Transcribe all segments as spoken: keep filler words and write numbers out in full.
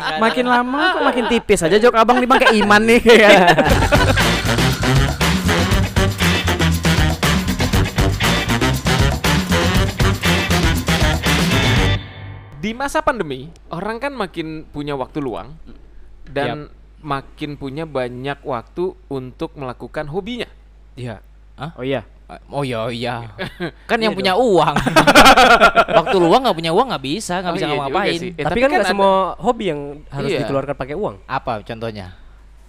Makin lama kok makin tipis aja jok abang nih bang kayak Iman nih. Di masa pandemi, orang kan makin punya waktu luang dan yep. makin punya banyak waktu untuk melakukan hobinya. Iya. Hah? Oh iya. Oh iya iya. Kan yang punya uang. Waktu luang nggak punya uang nggak bisa, nggak Oh, bisa iya ngapain. juga sih. Eh, Tapi tapi kan kan nggak ada- semua hobi yang harus Iya. dikeluarkan pakai uang. Apa contohnya?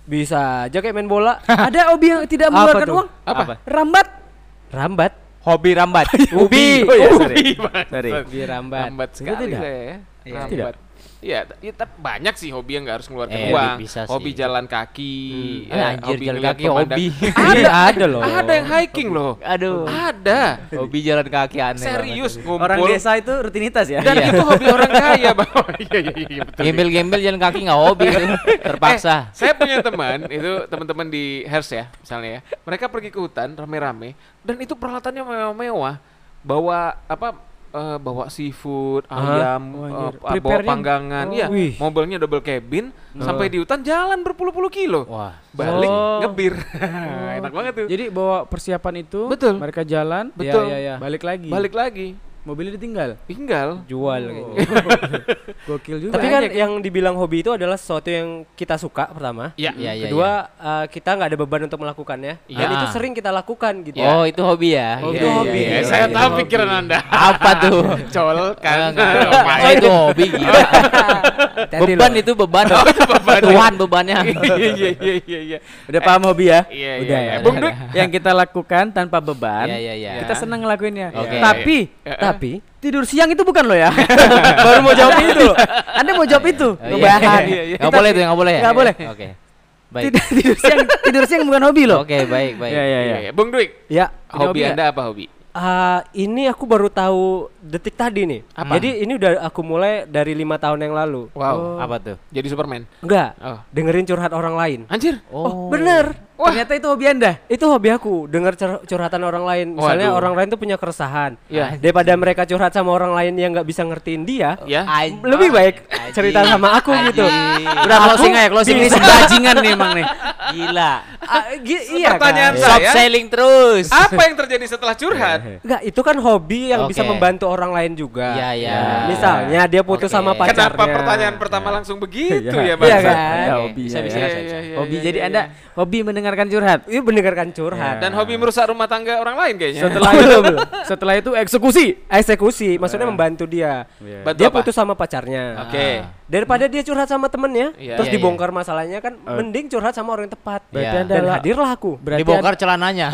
Bisa aja kayak main bola. Ada hobi yang tidak Apa mengeluarkan tuh? uang? Apa? Rambat. Rambat. Hobi rambat. Ubi. Oh iya, Oh, sorry. Sorry. Hobi rambat. Lambat Itu sekali tidak? saya ya. Iya. Lambat. Iya, t- ya, tapi banyak sih hobi yang nggak harus mengeluarkan Eh, uang. bisa sih. Hobi jalan kaki, Hmm. ya, Ah, anjir, jalan ngeliat kaki pemandang- hobi. Ada ada loh. Ada yang hiking loh. Aduh. Ada. Hobi jalan kaki aneh. Serius ngumpul. Orang desa itu rutinitas ya. Dan Iya. itu hobi orang kaya, Bang. Iya iya iya betul. Gembel-gembel jalan kaki nggak hobi itu. Terpaksa. Eh, saya punya teman, itu teman-teman di Hers ya, misalnya ya. Mereka pergi ke hutan rame-rame dan itu peralatannya mewah-mewah. Bawa apa? eh, bawa seafood, ayam, Oh, eh, anjir. bawa Prepare-nya? panggangan, Oh, iya. wih. Mobilnya double cabin, sampai di hutan jalan berpuluh-puluh kilo. Wah. Balik Oh. ngebir. Enak banget tuh. Jadi bawa persiapan itu, Betul. mereka jalan, Betul. ya, ya, ya. balik lagi. Balik lagi, Mobilnya ditinggal. tinggal. Jual Oh. kayaknya. Gokil juga. Tapi kan Banyak. yang dibilang hobi itu adalah sesuatu yang kita suka pertama. Ya. Iya iya. Kedua, eh, kita nggak ada beban untuk melakukannya. Iya. Dan itu sering kita lakukan gitu. Oh itu hobi ya? Oh, Itu iya, hobi. iya, Iya, saya iya, tahu hobi. pikiran Anda. Apa tuh? Colkan. Enggak, enggak. Oh itu hobi gila. Hati-hati Beban loh. itu beban. beban. Tuhan bebannya. Iya iya iya iya iya. Udah paham hobi ya? Iya Udah iya. ya. Bung Duk. Yang kita lakukan tanpa beban. Iya iya iya. Kita senang ngelakuinnya. Oke. Tapi, Iya. tapi tidur siang itu bukan lo ya. Baru mau jawab itu. Anda mau jawab itu. Oh, iya, Ngebahan. iya, iya. Nggak boleh tuh, nggak boleh. ya? Nggak boleh. Oke. Baik. Tidak tidur siang, tidur siang bukan hobi lo. Oke baik baik. Iya iya Iya iya. iya. Bung Dwi, Ya, hobi ya? Anda apa hobi? Ah, ini aku baru tahu detik tadi nih. Apa? Jadi ini udah aku mulai dari lima tahun yang lalu. Wow. Apa tuh? Jadi Superman. Enggak, Oh. dengerin curhat orang lain. Anjir. Oh, bener. Wah. Ternyata itu hobi Anda. Itu hobi aku, denger cur- curhatan orang lain. Misalnya Waduh. orang lain tuh punya keresahan. Iya. Daripada mereka curhat sama orang lain yang nggak bisa ngertiin dia, Ya. Anjing. lebih baik cerita sama aku gitu. Udah closing aja, closing ini sebajingan nih emang nih. Gila. Ah, gi- iya Pertanyaan kan? saya- Soft selling terus. Apa yang terjadi setelah curhat? Enggak, itu kan hobi yang bisa Oke. membantu orang lain juga. Iya iya. Misalnya dia putus Oke. sama pacarnya. Kenapa pertanyaan pertama langsung begitu ya, Bang? Iya kan? Ada Oke. hobi Bisa, ya, bisa, ya. bisa, bisa. iya, Hobi iya, jadi iya, Anda hobi mendengarkan curhat. Iya, mendengarkan curhat. Dan hobi merusak rumah tangga orang lain kayaknya. Setelah itu setelah itu eksekusi. Eksekusi, maksudnya membantu dia. Bantu Dia apa? putus sama pacarnya. Oke. Daripada dia curhat sama temennya, Iya. terus Iya, dibongkar masalahnya kan, mending curhat sama orang yang tepat. Berarti Dan Anda adalah- hadirlah aku. Berarti Dibongkar celananya.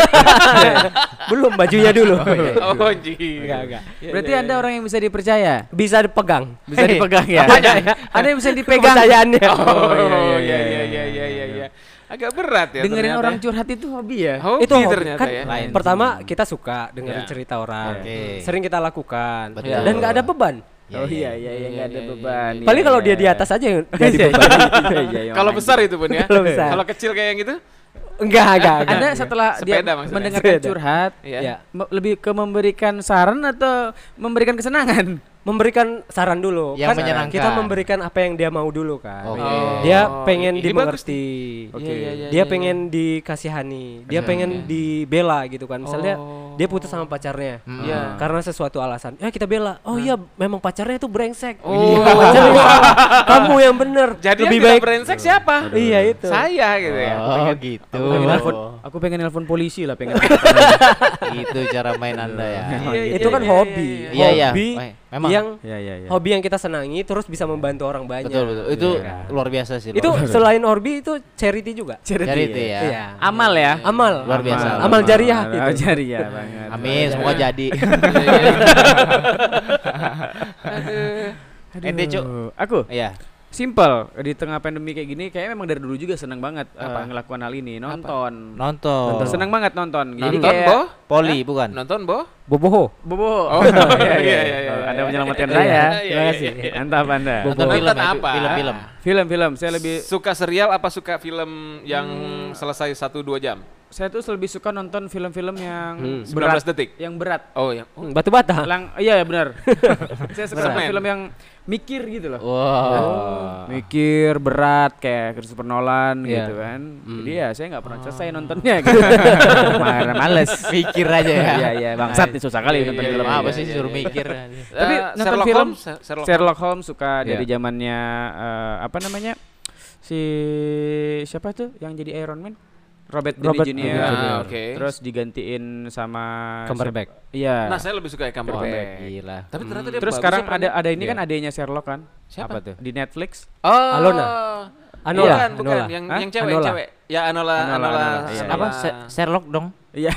Belum bajunya dulu. Oh, anjir. Enggak, enggak. Berarti Anda orang yang bisa dipercaya. Bisa dipegang. Bisa dipegang ya. Apanya? Ada yang bisa dipegang. Kepercayaannya. Oh, iya iya iya iya iya iya. Agak berat ya Dengerin ternyata orang ya. curhat itu hobi ya. Hobi Itu hobi. ternyata Kan ya. Lain. pertama kita suka dengerin Ya. cerita orang. Oke. Sering kita lakukan. Betul. Dan nggak ada beban. Oh iya iya iya enggak ada iya, iya, beban. iya. Paling kalau dia di atas aja yang jadi beban. Iya, Kalau besar itu pun ya. Kalau besar. Kalau kecil kayak yang gitu? Enggak, enggak, enggak. Anda setelah dia Sepeda maksudnya. mendengarkan Sepeda. curhat, Iya. Ya. me- lebih ke memberikan saran atau memberikan kesenangan? Memberikan saran dulu. Yang Kan menyenangkan. kita memberikan apa yang dia mau dulu kan. Oke. Oh, Dia pengen ini bagus dimengerti. Oke. Iya, iya, iya, Dia iya, pengen dikasihani. Dia Iya, pengen iya. dibela gitu kan. Misalnya Oh. dia putus sama pacarnya. Hmm. Iya. Karena sesuatu alasan. Ya kita bela. Oh iya, memang pacarnya itu brengsek. Oh. Pacarnya salah. Kamu yang bener. Jadi lebih yang baik. tidak brengsek siapa? Iya itu. Saya gitu ya. Oh gitu. Aku pengen nelfon, aku pengen nelfon polisi lah pengen. Itu cara main Anda ya. Iya, Itu iya, kan iya, hobi. Iya iya. Hobi Wah, memang. yang Iya iya iya. hobi yang kita senangi terus bisa membantu orang banyak. Betul betul. Itu Iya. luar biasa sih. Itu luar biasa. selain hobi itu charity juga. Charity ya. Iya. Amal ya. Amal. Luar biasa. Amal jariah Amal gitu. jariah banget. Amin, semoga jadi. Ente cuk. Aku Iya. simple di tengah pandemi kayak gini kayaknya memang dari dulu juga senang banget apa ngelakuin hal ini, nonton. Nonton. Senang banget nonton. Jadi Nonton, kayak Boh? Poli bukan? Nonton, Boh? Boboho. Bobo. Oh, iya, iya, iya, iya. Anda menyelamatkan Iya, saya. iya, Terima iya, kasih. iya. Mantap Anda. Nonton Bobo. film Nonton ya, apa? film-film. Film-film saya lebih Suka serial apa suka film yang selesai satu dua jam? saya tuh lebih suka nonton film-film yang Hmm. sembilan belas berat, detik. yang berat. Oh, yang oh, Hmm, Batu bata. Lang, iya ya benar. Saya suka Berat. film yang mikir gitu loh. Wow. Mikir berat kayak Christopher Nolan Iya. gitu kan. Hmm. Jadi ya saya nggak pernah selesai nontonnya gitu. Marah males. Mikir aja ya. Iya iya bangsat nih susah kali Iya, nonton iya, film iya, Apa iya, sih iya, suruh iya. mikir? Tapi Eh, nonton Sherlock film, Holmes, Sherlock, Sherlock Holmes suka Iya. dari zamannya eh, apa namanya si siapa tuh yang jadi Iron Man? Robert Downey Robert Junior. Downey Junior. Ah, oke. Terus digantiin sama Cumberbatch. siapa? Iya. Nah, saya lebih suka Cumberbatch. Cumberbatch, gila. Tapi ternyata dia Terus bagus sekarang ya ada perannya. ada ini Iya. kan adanya Sherlock kan? Siapa? Apa tuh? Di Netflix. Oh, Alona. Anola, Bukan, bukan. Anola. Yang Hah? yang cewek, Anola. cewek. Ya Anola, Anola, Anola. Anola, iya, sama- Apa? Se- Sherlock dong. Iya.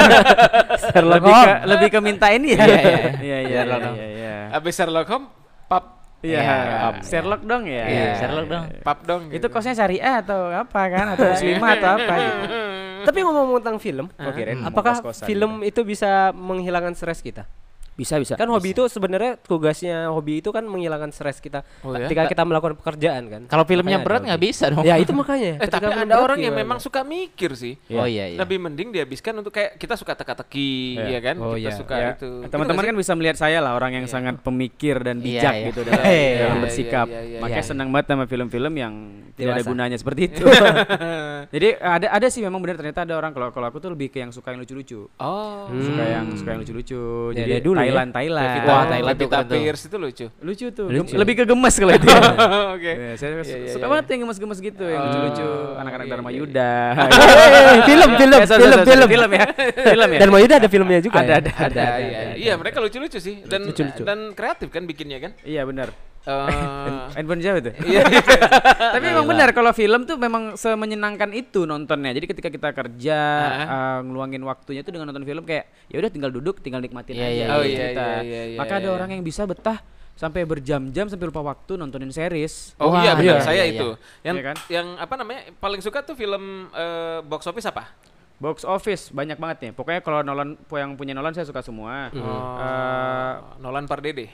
Sherlock lebih ke Holmes. lebih ke minta ini ya. Iya, iya, iya. Iya iya Sherlock iya dong. iya. Abis Sherlock Holmes, pap, Iya. Iya. Sherlock dong ya. Iya, Sherlock dong. pap dong. Itu kosnya syariah atau apa kan atau muslimah atau apa gitu. Tapi ngomong tentang film, Gua kirain mau apakah kos-kosan film itu bisa menghilangkan stres kita? Bisa bisa. Kan hobi itu sebenarnya tugasnya hobi itu kan menghilangkan stres kita Oh, ya? ketika kita melakukan pekerjaan kan. Kalau filmnya Makanya berat ada nggak hobi. bisa dong. Ya itu makanya. Eh ketika tapi film ada berat orang yang gimana? memang suka mikir sih. Oh iya iya. Lebih mending dihabiskan untuk kayak kita suka teka-teki, Iya. ya kan? Oh, kita iya. suka Ya, itu. teman-teman kan bisa melihat saya lah orang yang Iya. sangat pemikir dan Iya, bijak iya. gitu dalam, Iya, dalam iya, bersikap. iya, iya, Makanya iya. senang banget sama film-film yang tidak ada Dewasa. gunanya seperti itu. Jadi ada ada sih memang benar ternyata ada orang kalau kalau aku tuh lebih ke yang suka yang lucu-lucu. Oh. Suka Hmm. yang suka yang lucu-lucu. Ya, Jadi dari dulu ya. Thailand Thailand. Pevita, Wah, Thailand tuh Pevita keren tuh. Pierce itu lucu. Lucu tuh. Lucu. Gem- lebih ke gemes kalau itu. ya. Oke. Ya, saya Iya, su- iya, suka iya. banget yang gemes-gemes gitu, yang Oh, lucu-lucu, anak-anak iya, Dharma iya, Yuda. Eh, film, film, Ya, sorry, film, sorry, sorry, film. film ya. Film ya. Dan Mayuda ada filmnya juga. Ada, ya? ada, Ada, ada, iya. ada. Iya, mereka lucu-lucu sih dan Lucu-lucu. dan kreatif kan bikinnya kan. Iya benar. Eh, Handphone jauh itu. Iya. Tapi memang benar kalau film tuh memang semenyenangkan itu nontonnya. Jadi ketika kita kerja, uh, ngeluangin waktunya tuh dengan nonton film kayak ya udah tinggal duduk, tinggal nikmatin Iya, aja iya, Oh, gitu iya, kita. iya, iya, iya, Maka ada iya. orang yang bisa betah sampai berjam-jam sampai lupa waktu nontonin series. Oh Wah, iya benar iya, saya iya, itu. Yang Iya kan? yang apa namanya? Paling suka tuh film eh, box office apa? Box office banyak banget nih. Pokoknya kalau Nolan yang punya Nolan saya suka semua. Oh, Eh, Nolan Pardede.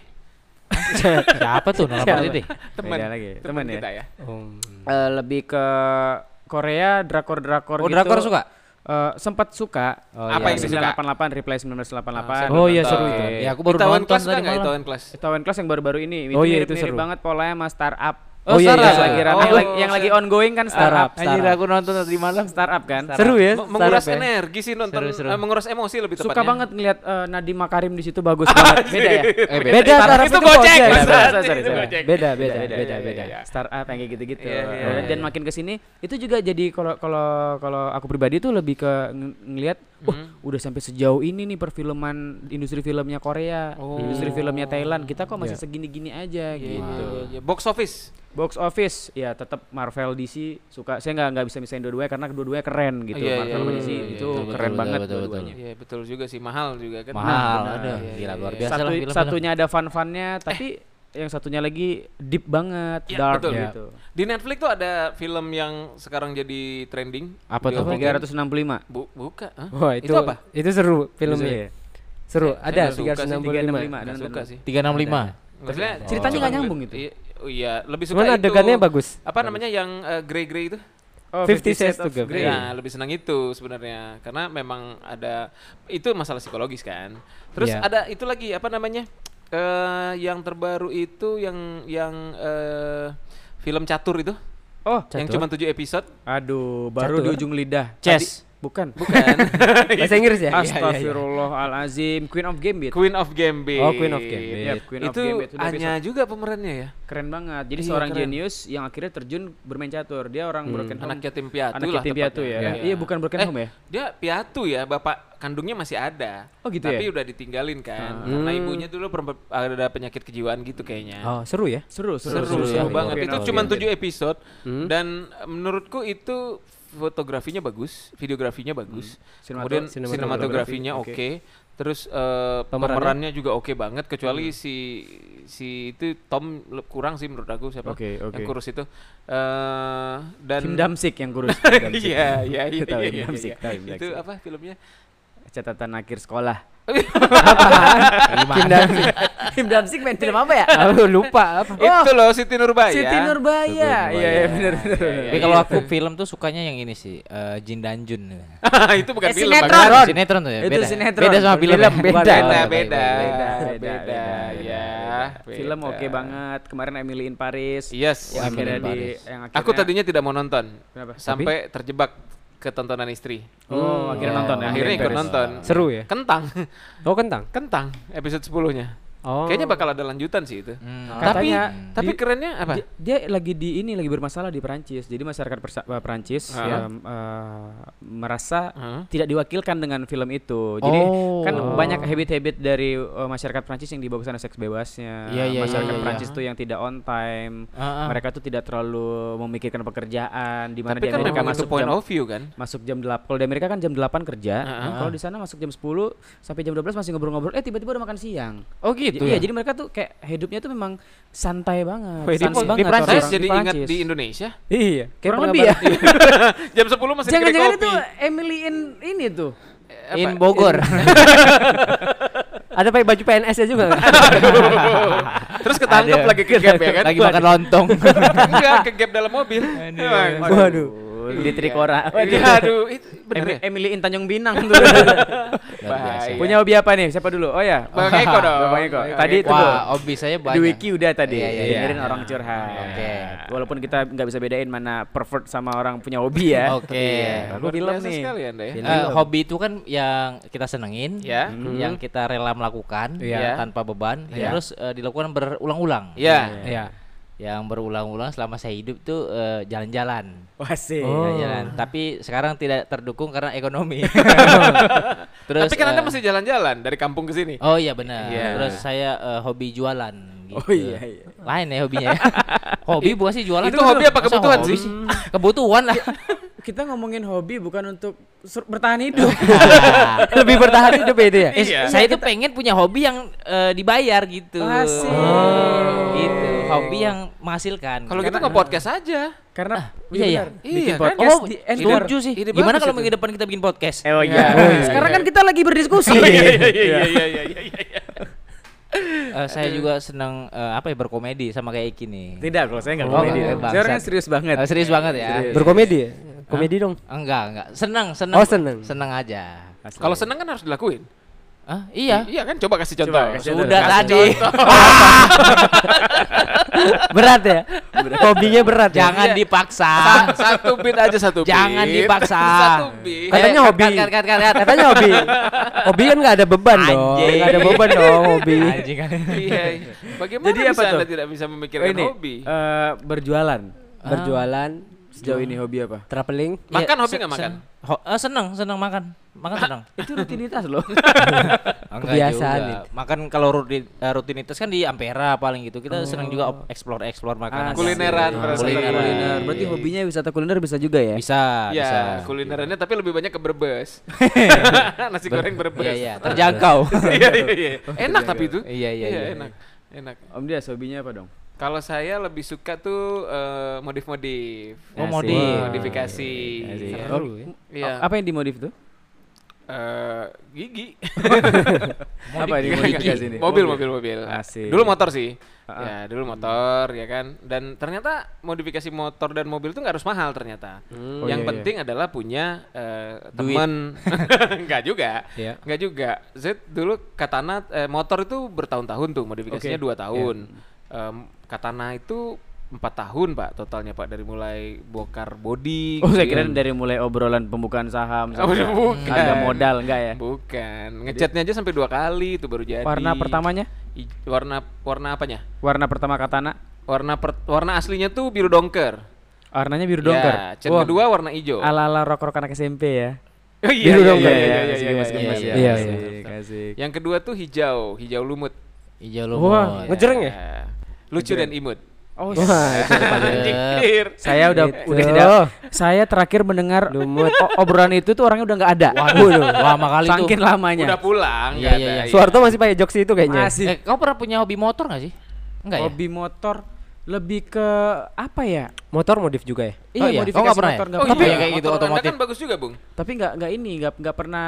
Siapa tuh Nolan Pardede? Teman. Beda lagi, Teman teman ya. kita ya. Oh. Eh, lebih ke Korea, drakor-drakor Oh, gitu. drakor suka? Eh, sempat suka. Oh, Apa yang iya. disuka? sembilan delapan delapan Reply sembilan belas delapan delapan. Oh iya, nonton. seru itu. Ya aku baru Itaewon nonton Class tadi kan nggak malam. Itaewon Class? Itaewon Class yang baru-baru ini. Oh iya, mirip, itu mirip seru. banget polanya sama Startup. Oh, iya, Startup. iya. Lagi rame, Oh, yang lagi, yang lagi saya- ongoing kan Startup. Startup. Anjir aku nonton tadi malam. Startup kan. Seru ya? M- menguras startup ya? energi sih nonton, Seru, seru. eh, menguras emosi lebih tepatnya. Suka banget ngeliat eh, Nadiem Makarim di situ bagus banget. Beda ya? Eh, Beda Itu Startup itu itu Gojek, Gojek. Mas. Sorry, sorry, Itu sorry, sorry. Gojek. Beda, beda, Beda, beda, beda, beda. beda. Startup yang kayak gitu-gitu. Iya, iya, Eh, Dan iya. makin kesini itu juga jadi kalau kalau kalau aku pribadi tuh lebih ke ng- ngelihat, wah udah sampai sejauh ini nih perfilman industri filmnya Korea, Oh. industri filmnya Thailand. Kita kok masih Iya. segini-gini aja Iya, gitu. iya, iya. Box office. Box office ya tetap Marvel D C suka. Saya nggak nggak bisa misain dua-duanya karena kedua-duanya keren gitu. Iya, Marvel iya, sama D C iya, itu iya, keren betul, banget betul, betul, dua-duanya. Iya betul juga sih, mahal juga kan. Mahal, benar. ada. Iya, Gila iya, luar iya. biasa Satu, lah film-film. satunya ada fun-funnya tapi yang satunya lagi deep banget, Iya, dark betul. gitu. Di Netflix tuh ada film yang sekarang jadi trending. Apa tuh? Diomongin. tiga ratus enam puluh lima. Bu, buka. Hah? Wah, itu, Itu apa? Itu seru Seru filmnya. ya? Seru. Saya- Ada saya nggak tiga suka ratus enam sih, puluh lima. Ada Nggak suka sih. tiga enam lima. Maksudnya Ceritanya nggak nyambung itu. Iya, oh iya, lebih suka Cuman itu. adegannya bagus. Apa namanya yang eh, grey-grey itu? Oh, Fifty Shades of Grey. Ya, lebih senang itu sebenarnya karena memang ada itu masalah psikologis kan. Terus Iya. ada itu lagi apa namanya? Eh yang terbaru itu yang yang eh film catur itu Oh, yang Catur? cuma tujuh episode. aduh, baru Catur? di ujung lidah. Chess. Bukan. Bukan. Bahasa Inggris ya? Astagfirullahalazim, Queen of Gambit. Queen of Gambit. Oh, Queen of Gambit. Iya, Queen of itu Gambit. Udah Anya juga pemerannya ya. Keren banget. Jadi Iya, seorang keren. jenius yang akhirnya terjun bermain catur. Dia orang broken home. Anak yatim piatu Anak lah yatim piatu tepatnya. ya. Iya, bukan broken Eh, home ya? Dia piatu ya, bapak kandungnya masih ada. Oh, gitu Tapi ya? udah ditinggalin kan. Ah. Karena Hmm. ibunya dulu perempa- ada penyakit kejiwaan gitu kayaknya. Oh, seru ya? Seru, seru, seru, seru, seru. banget. Queen Itu of cuma Gambit. tujuh episode Hmm. dan eh, menurutku itu fotografinya bagus, videografinya bagus, Sinemato- kemudian sinematografi, sinematografinya oke. oke, terus eh, Pemerannya? pemerannya juga oke banget, kecuali si si itu Tom le- kurang sih menurut aku siapa Oke, oke. yang kurus itu eh dan Kim Damsik yang kurus. Kim Damsik. iya iya iya Tahu iya, Kim iya, Damsik, iya. tahu Kim itu Damsik. apa filmnya Catatan akhir sekolah. Kim Damsik. Kim Damsik main film apa ya? Aku lupa apa. Itu loh Siti Nurbaya. Siti Nurbaya. Nurbaya. Iya iya benar benar. Tapi kalau aku film tuh sukanya yang ini sih, eh, Jin dan Jun. Itu bukan Eh, film. sinetron. Bang. Sinetron tuh ya, Itu beda. sinetron. Beda sama film. Film, ya? beda. Oh, Beda, baik, beda, baik, baik. beda, beda, beda. ya. Film beda. oke banget. Kemarin Emily in Paris. Yes. Yang Emily akhirnya in di Paris. yang akhirnya Aku tadinya tidak mau nonton Kenapa? sampai terjebak ketontonan istri. Oh, akhirnya Oh. nonton ya. Akhirnya Emily in ikut Paris. nonton. Seru ya? Kentang. Oh, kentang. Kentang episode sepuluh-nya. Oh. Kayaknya bakal ada lanjutan sih itu. Hmm. Tapi Katanya tapi di- kerennya apa? Dia, dia lagi di ini lagi bermasalah di Perancis. Jadi masyarakat persa- eh, Perancis Ah. ya, eh, merasa Hah? tidak diwakilkan dengan film itu. Jadi Oh. kan banyak habit-habit dari eh, masyarakat Prancis yang dibawa ke sana, seks bebasnya. Iya, iya, masyarakat iya, iya. Prancis tuh yang tidak on time. Ah, ah. Mereka tuh tidak terlalu memikirkan pekerjaan di mana Tapi di kan Amerika memang itu masuk point jam of view kan. masuk jam delapan. Kalau di Amerika kan jam delapan kerja. Ah, Kalau di sana masuk jam sepuluh sampai jam dua belas masih ngobrol-ngobrol. Eh tiba-tiba udah makan siang. Oh gitu. J- Iya, ya? jadi mereka tuh kayak hidupnya tuh memang santai banget. Wih, di- sans di banget Saya orang-orang jadi di ingat Prancis. di Indonesia. Iya. Kayak kurang lebih ya. Jam sepuluh masih kedai Jangan-jangan kopi. itu Emily in ini tuh. Apa? In Bogor. Ada pakai baju P N S-nya juga nggak? Terus ketangkep Ada. lagi ke gap ya kan? Lagi makan lontong. Enggak, ke gap dalam mobil. Emang. Waduh. Di Trikora. Iya, aduh, itu bener Em- ya? Emily in Tanjung Pinang tuh. Bahaya. Punya hobi apa nih? Siapa dulu? Oh ya. Bang Eko dong. Bang Eko. Bang Tadi Eko. itu tuh. Wah, hobi saya banyak. Di wiki udah tadi. Iya, iya, Dengerin iya. orang curhat. Oke. Walaupun kita nggak bisa bedain mana pervert sama orang punya hobi ya. Oke. Iya, Aku luar film biasa nih. sekali Anda ya. Eh, hobi itu kan yang kita senengin, Ya. yang kita rela melakukan Iya. tanpa beban, Iya. terus eh, dilakukan berulang-ulang. Iya. Iya. Yang berulang-ulang selama saya hidup tuh eh, jalan-jalan. Wah sih. Oh. Jalan-jalan. Tapi sekarang tidak terdukung karena ekonomi. Terus, Tapi kan Anda eh, masih jalan-jalan dari kampung ke sini. Oh iya benar. Iya. Terus saya eh, hobi jualan. Gitu. Oh iya iya. Lain ya hobinya. ya. Hobi bukan sih jualan. Itu hobi apa Masa kebutuhan hobi sih? Kebutuhan lah. Kita ngomongin hobi bukan untuk sur- bertahan hidup. Lebih bertahan hidup ya itu ya? Eh, Iya. Saya tuh pengen punya hobi yang eh, dibayar gitu. Asik. Oh. Gitu. Hobi yang menghasilkan. Kalau gitu Karena- nggak podcast aja. Karena iya, iya. benar. Iya, Bikin kan? podcast Oh, di setuju sih. ide Gimana bagus kalau itu. minggu depan kita bikin podcast? Oh iya. Oh, iya. Sekarang kan kita lagi berdiskusi. iya iya iya iya iya iya iya. Eh, saya juga senang eh, apa ya berkomedi sama kayak Iki nih. Tidak, kalau saya enggak Oh, komedi. enggak, Saya bangsat. orangnya serius banget. Eh, serius banget ya. Serius. Berkomedi ya? Komedi dong. Enggak, enggak. Senang, senang. Oh, senang. Senang aja. Asli. Kalau seneng kan harus dilakuin. Ah, iya. Iya kan, coba kasih contoh. Coba, kasih Sudah Kasih tadi. contoh. Berat ya? Hobinya berat ya? Jangan dipaksa. Sa- satu beat aja satu beat. Jangan dipaksa. Satu beat. Katanya Eh, hobi. cut, cut, cut, cut, cut. Katanya hobi. Hobi kan nggak ada beban dong. Anjing. Nggak ada beban dong hobi. Anjing kan. Iya. iya. Bagaimana Jadi bisa apa tuh? Anda tidak bisa Oh, memikirkan ini hobi? eh, berjualan. Berjualan, Sejauh ini hobi apa? traveling. Makan Iya, hobi nggak sen- makan? sen- Ho- eh, senang, senang makan. Makan senang. Itu rutinitas loh. Enggak Kebiasaan juga. itu. Makan kalau rutin, eh, rutinitas kan di Ampera paling gitu. Kita senang juga op- explore explore makanan. Asik. Kulineran, Ah, berasa kulineran. Kuliner. Berarti hobinya wisata kuliner bisa juga ya? Bisa, bisa. Ya, kulinerannya tapi lebih banyak ke Brebes. Nasi goreng Brebes. Iya, iya, terjangkau. Iya, iya, iya. Enak tapi itu. Iya, iya, iya. enak. Enak. Om Dias hobinya apa dong? Kalau saya lebih suka tuh eh, modif-modif. Oh, Asik. modif. Modifikasi. Asik. Seru ya. Iya. Oh, apa yang dimodif tuh? Eh, gigi. Apa yang dimodifikasi ini? Mobil, mobil, mobil. Asik. Dulu motor sih. Ah. Ya, dulu motor ya kan. Dan ternyata modifikasi motor dan mobil itu nggak harus mahal ternyata. Oh, Yang iya, penting adalah punya eh, Duit. teman. Nggak juga. Iya. Nggak juga. Z dulu Katana eh, motor itu bertahun-tahun tuh modifikasinya Oke. dua tahun. Em, Katana itu empat tahun Pak totalnya Pak, dari mulai bongkar body. Oh, saya gitu kira ya. dari mulai obrolan pembukaan saham Oh, sampai bukan. harga modal enggak ya? Bukan. Ngecatnya aja sampai dua kali itu baru jadi. Warna pertamanya? I- warna warna apanya? Warna pertama Katana, Warna per, warna aslinya tuh biru dongker. warnanya biru dongker. Ya, cat Wah, kedua warna hijau. ala-ala rok-rok anak S M P ya. Oh, iya, biru iya, dongker. iya, iya, iya, masih iya, gemes iya, gemes iya, ya. iya, Asik, iya. asik. Yang kedua tuh hijau, hijau lumut. Hijau Wah, lumut. ngejereng ya? Lucu dan imut. Oh, Wah, itu Anjir. saya udah Itu. udah tidak. Saya terakhir mendengar Lumut. o- obrolan itu tuh orangnya udah nggak ada. Waduh, lama kali tuh. Saking lamanya. Udah pulang. Iya, nggak iya, ada. iya. Suarto masih pakai jokes itu kayaknya. Masih. Eh, kau pernah punya hobi motor nggak sih? Enggak ya? Hobi motor lebih ke apa ya? Motor modif juga ya? Oh iya? modifikasi Oh, nggak pernah ya? motor nggak Oh Apa pernah. ya kayak gitu, motor Anda otomotif? kan bagus juga, Bung. Tapi nggak nggak ini nggak nggak pernah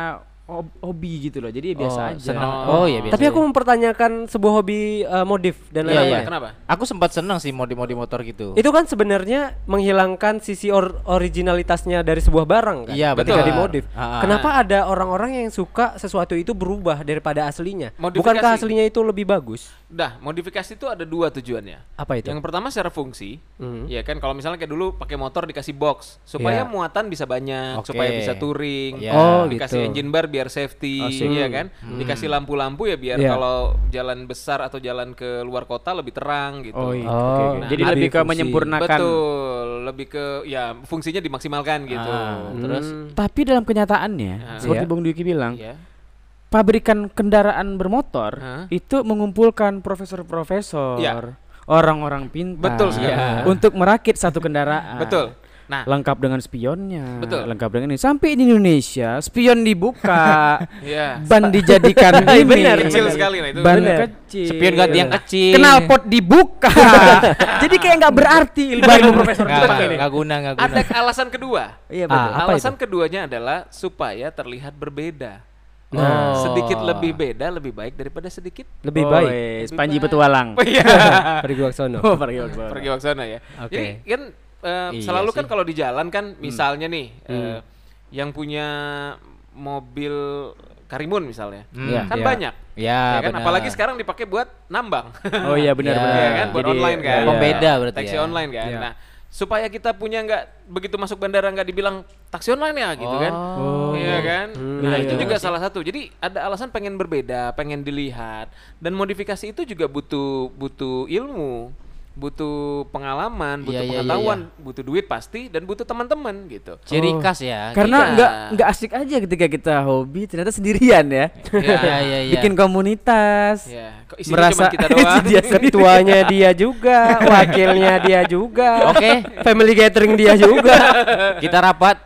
hob- hobi gitu loh. Jadi ya biasa Oh, aja. senang. Oh, iya biasa. Tapi aku mempertanyakan sebuah hobi uh, modif dan Iya, lain-lain. iya. Kenapa? Aku sempat senang sih modi-modi motor gitu. Itu kan sebenarnya menghilangkan sisi or- originalitasnya dari sebuah barang kan. Iya, ketika betul. dimodif. Ah, ah. Kenapa ada orang-orang yang suka sesuatu itu berubah daripada aslinya? Modifikasi. Bukankah aslinya itu lebih bagus? Dah, modifikasi itu ada dua tujuannya. Apa itu? Yang pertama secara fungsi, Mhm. ya kan kalau misalnya kayak dulu pakai motor dikasih box supaya Iya. muatan bisa banyak, Oke. supaya bisa touring, Iya. Oh, dikasih gitu. engine bar biar safety, Oh, sip. ya kan, dikasih lampu-lampu ya biar Iya. kalau jalan besar atau jalan ke luar kota lebih terang gitu. Oh iya. Oh, oke, oke. nah, Jadi lebih lebih ke fungsi. menyempurnakan. Betul, lebih ke ya fungsinya dimaksimalkan gitu. Ah, terus Hmm. Tapi dalam kenyataannya, Ah. seperti Iya. Bung Dwiki bilang, Ya. pabrikan kendaraan bermotor Hah? itu mengumpulkan profesor-profesor, Ya. orang-orang pintar, Betul sekali. ya, untuk merakit satu kendaraan. Betul. Nah, Lengkap dengan spionnya, Betul. lengkap dengan ini. Sampai di Indonesia, spion dibuka, ya. ban dijadikan ini, Benar, Kecil benar. sekali nah itu. ban Benar. kecil, spion ganti yang kecil. knalpot dibuka, jadi kayak nggak berarti ilmu profesor Nggak, kita nggak, ini. nggak guna, nggak guna. Ada alasan kedua. Iya betul. Ah, Apa alasan itu? keduanya adalah supaya terlihat berbeda. Nah. Sedikit lebih beda lebih baik daripada sedikit Lebih Oh, baik. wes, Panji baik. Petualang. Oh iya. Pergi Waksono. Oh, pergi Petualang. Pergi Waksono ya. Oke. Jadi kan eh, Iya selalu kan sih. kalau di jalan kan misalnya nih eh, yang punya mobil Karimun misalnya. Hmm. Iya. Kan Iya. banyak. Ya, Ya kan benar. apalagi sekarang dipakai buat nambang. Oh iya benar Ya, benar. Ya kan buat Jadi, online kan. iya. Pembeda berarti Taksi ya. online kan. Iya. Nah, supaya kita punya nggak begitu masuk bandara nggak dibilang taksi online ya gitu kan. Oh. Iya kan? Hmm, Nah, iya, itu iya. juga salah satu. Jadi ada alasan pengen berbeda, pengen dilihat dan modifikasi itu juga butuh butuh ilmu, butuh pengalaman, butuh Iya, iya, iya, pengetahuan, butuh duit pasti dan butuh teman-teman gitu. Ciri Oh. khas ya. Karena Iya. nggak nggak asik aja ketika kita hobi ternyata sendirian ya. Iya, Iya, iya, iya. Bikin komunitas. Ya, kok isinya Merasa cuma kita doang. dia Ketuanya dia juga, wakilnya dia juga. Oke. Family gathering dia juga. Kita rapat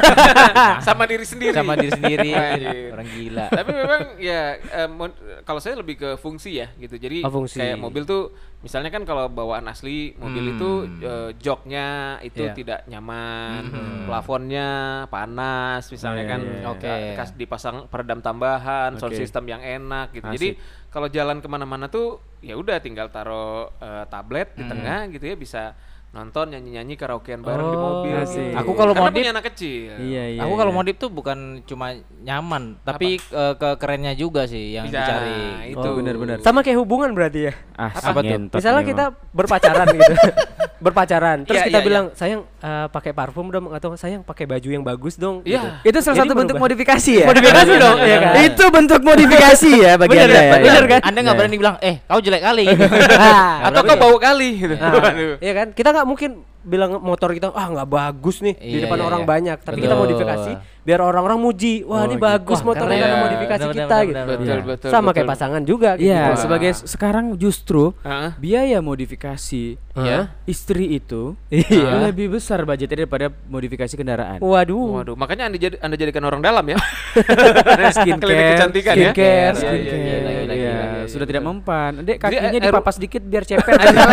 sama diri sendiri. sama diri sendiri. Anjir. Orang gila. Tapi memang ya eh, mon- kalau saya lebih ke fungsi ya gitu. Jadi Oh, fungsi. kayak mobil tuh misalnya kan kalau bawaan asli mobil Hmm. itu eh, joknya itu Iya. tidak nyaman, Hmm. plafonnya panas misalnya Iya, kan. iya, iya. Oke. eh, kas- dipasang peredam tambahan, sound Oke. system yang enak gitu. Asik. Jadi kalau jalan kemana-mana tuh ya udah tinggal taruh eh, tablet di Hmm. tengah gitu ya bisa nonton nyanyi-nyanyi karaokean bareng di Oh, mobil. asik. gitu. Aku kalau Karena modif- punya anak kecil. Iya iya. Aku kalau iya. modif tuh bukan cuma nyaman, tapi eh, ke kerennya juga sih yang Bisa, dicari. itu. Oh, benar-benar. Sama kayak hubungan berarti ya. Ah, Apa tuh? ngentot Misalnya nih, kita emang. berpacaran gitu. Berpacaran. Terus Iya, kita iya, bilang, "Sayang, eh, pakai parfum dong atau sayang pakai baju yang bagus dong." Iya. gitu. Itu salah Jadi satu bentuk berubah. modifikasi ya. Modifikasi dong, iya kan? Itu bentuk modifikasi ya bagi Bener Anda ya, ya. bener kan? Anda nggak Nah. berani bilang, eh kau jelek kali. Gitu. Ah, Atau kau bau kali gitu. Nah, Waduh. iya kan? Kita nggak mungkin bilang motor kita ah nggak bagus nih di Iya, depan iya, orang iya. banyak, tapi kita Betul. modifikasi biar orang-orang muji. Wah, Oh, ini gitu. bagus Wah, motornya keren. karena Iya, modifikasi benar, kita benar, gitu. benar, Betul, benar. betul. Sama betul. kayak pasangan juga gitu. Iya, Wah. sebagai sekarang justru Heeh. biaya modifikasi Iya. istri itu Iya. lebih besar budgetnya daripada modifikasi kendaraan. Waduh. Waduh, makanya anda jadi anda jadikan orang dalam ya. Skincare, Klinik kecantikan ya. skincare, Iya, skincare. iya, iya, iya, iya, Iya, iya, iya, sudah iya. tidak mempan. Dek, Jadi, kakinya air- dipapas dikit biar cepet.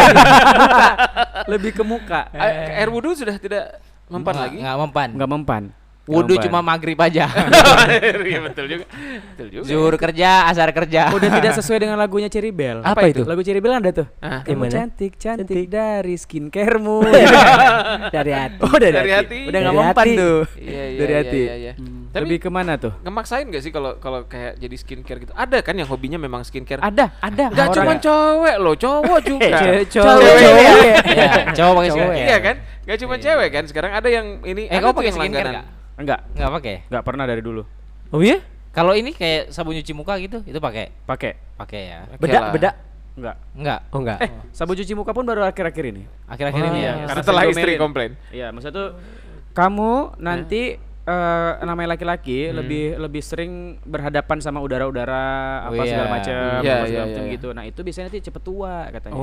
Muka. Lebih ke muka. A- Air wudhu sudah tidak mempan Nggak- lagi. Nggak mempan. Enggak mempan. Nggak Wudhu mempan. cuma maghrib aja. Iya betul juga. Betul juga. Zuhur kerja, asar kerja. Udah tidak sesuai dengan lagunya Cherry Bell. Apa itu? Lagu Cherry Bell ada tuh. Ah, Kamu gimana? cantik, cantik dari skincaremu. Dari hati. Oh, dari, Dari hati. hati. Udah nggak Dari mempan hati. tuh. Iya, iya, Dari iya, hati. iya, iya. Hmm. Tapi- Lebih kemana tuh? Ngemaksain gak sih kalau kalau kayak jadi skincare gitu? Ada kan yang hobinya memang skincare? Ada, ada. Gak orang- cuma cewek loh, cowok juga. Ce- Cowok, cowok. cowok. Iya, cowok pakai Cowok skincare. Iya kan? Gak cuma cewek kan? Sekarang ada yang ini. Eh, ada kau tuh pakai yang skincare langganan. nggak? Enggak, Nggak pakai. enggak pernah dari dulu. Oh iya? Kalau ini kayak sabun cuci muka gitu, itu pakai. Pakai. Pakai ya. Oke Bedak, lah. bedak. Enggak. Enggak. Oh enggak. Eh, sabun cuci muka pun baru akhir-akhir ini. Akhir-akhir Oh, ini ya. iya. Karena Karena setelah saya istri diomelin. komplain. Iya, maksudnya tuh kamu nanti eh, namanya laki-laki Hmm. lebih lebih sering berhadapan sama udara-udara apa Oh, segala iya. macam, Iya, apa segala iya, macam iya. gitu. Nah, itu biasanya nanti cepet tua katanya.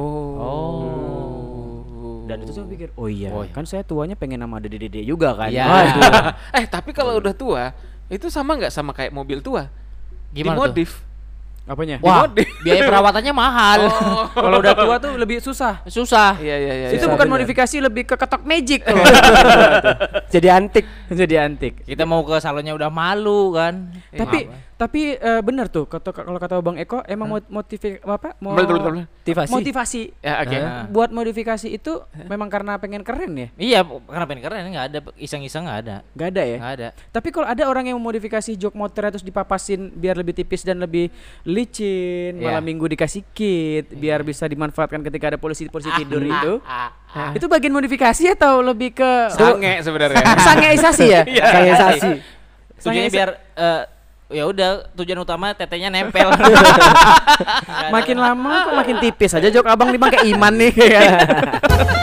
Oh. Dan itu saya pikir, oh iya, Oh, iya. kan saya tuanya pengen sama dede-dede juga kan. Iya. Waduh. eh tapi kalau udah tua itu sama nggak sama kayak mobil tua? Gimana tuh? Dimodif. Apanya? Wah, Dimodif. biaya perawatannya mahal. Kalau udah tua tuh lebih susah. Susah. Iya iya iya. itu iya. bukan benar. modifikasi, lebih ke ketok magic kalau. Jadi antik. Jadi antik. Kita mau ke salonnya udah malu kan. Tapi Maaf. tapi eh, benar tuh kata kalau kata Bang Eko emang mau motivi apa? Mau Betul, betul, betul. Motivasi. motivasi. Ya, oke. Nah. Buat modifikasi itu memang karena pengen keren ya? Iya, karena pengen keren nggak ada iseng-iseng nggak ada. Gak ada ya? Nggak ada. Tapi kalau ada orang yang memodifikasi jok motor terus dipapasin biar lebih tipis dan lebih licin, Iya. malam minggu dikasih kit biar bisa dimanfaatkan ketika ada polisi-polisi tidur itu. Ah, Itu bagian modifikasi atau lebih ke Sange sebenarnya. sangeisasi ya? Iya. Sangeisasi. tujuannya Sange- biar eh, ya udah tujuan utama tetenya nempel. Makin lama kok makin tipis aja jok abang nih bang kayak iman nih.